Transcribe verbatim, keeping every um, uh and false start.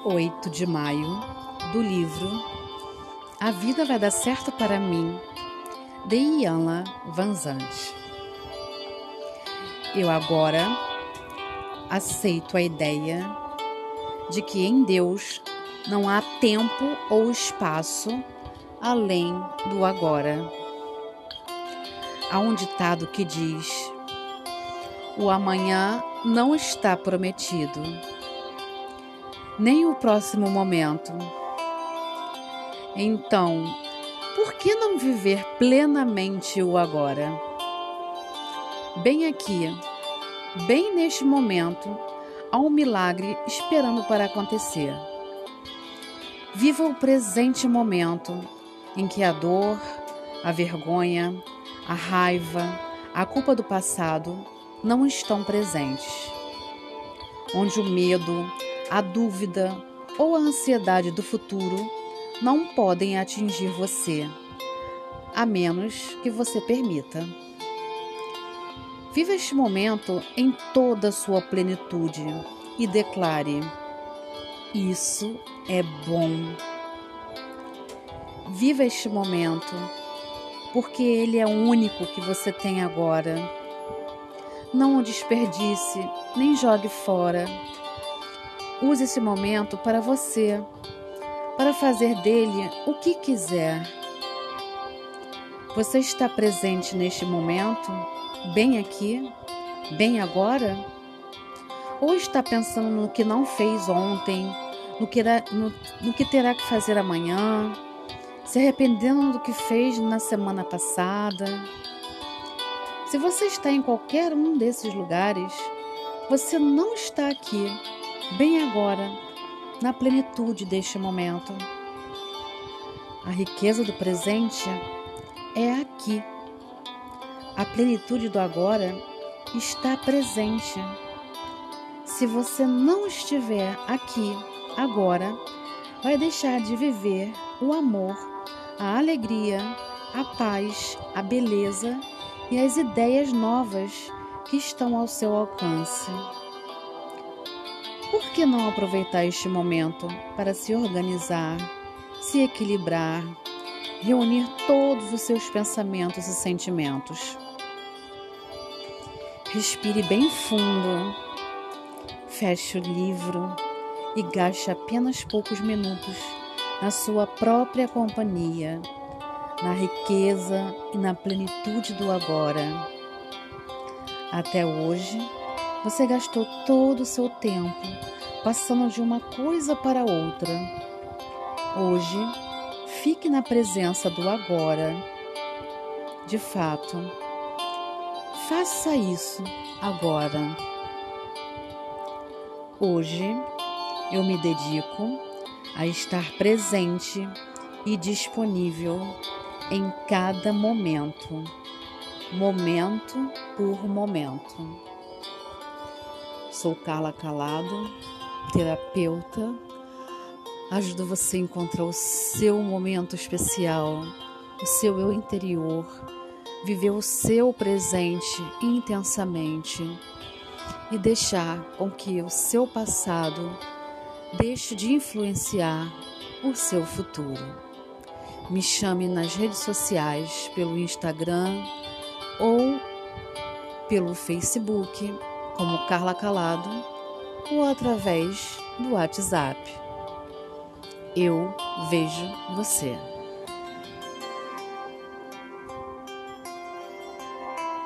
oito de maio, do livro A Vida Vai Dar Certo para Mim, de Iyanla Vanzant. Eu agora aceito a ideia de que em Deus não há tempo ou espaço além do agora. Há um ditado que diz: o amanhã não está prometido, nem o próximo momento. Então, por que não viver plenamente o agora? Bem aqui, bem neste momento, há um milagre esperando para acontecer. Viva o presente momento em que a dor, a vergonha, a raiva, a culpa do passado não estão presentes. Onde o medo, a dúvida ou a ansiedade do futuro não podem atingir você, a menos que você permita. Viva este momento em toda a sua plenitude e declare: isso é bom. Viva este momento, porque ele é o único que você tem agora. Não o desperdice, nem jogue fora. Use esse momento para você, para fazer dele o que quiser. Você está presente neste momento, bem aqui, bem agora? Ou está pensando no que não fez ontem, no que, era, no, no que terá que fazer amanhã, se arrependendo do que fez na semana passada? Se você está em qualquer um desses lugares, você não está aqui, bem agora, na plenitude deste momento. A riqueza do presente é aqui. A plenitude do agora está presente. Se você não estiver aqui, agora, vai deixar de viver o amor, a alegria, a paz, a beleza e as ideias novas que estão ao seu alcance. Por que não aproveitar este momento para se organizar, se equilibrar, reunir todos os seus pensamentos e sentimentos? Respire bem fundo, feche o livro e gaste apenas poucos minutos na sua própria companhia, na riqueza e na plenitude do agora. Até hoje, você gastou todo o seu tempo passando de uma coisa para outra. Hoje, fique na presença do agora. De fato, faça isso agora. Hoje, eu me dedico a estar presente e disponível em cada momento, momento por momento. Sou Carla Calado, terapeuta. Ajudo você a encontrar o seu momento especial, o seu eu interior, viver o seu presente intensamente e deixar com que o seu passado deixe de influenciar o seu futuro. Me chame nas redes sociais, pelo Instagram ou pelo Facebook, como Carla Calado, ou através do WhatsApp. Eu vejo você.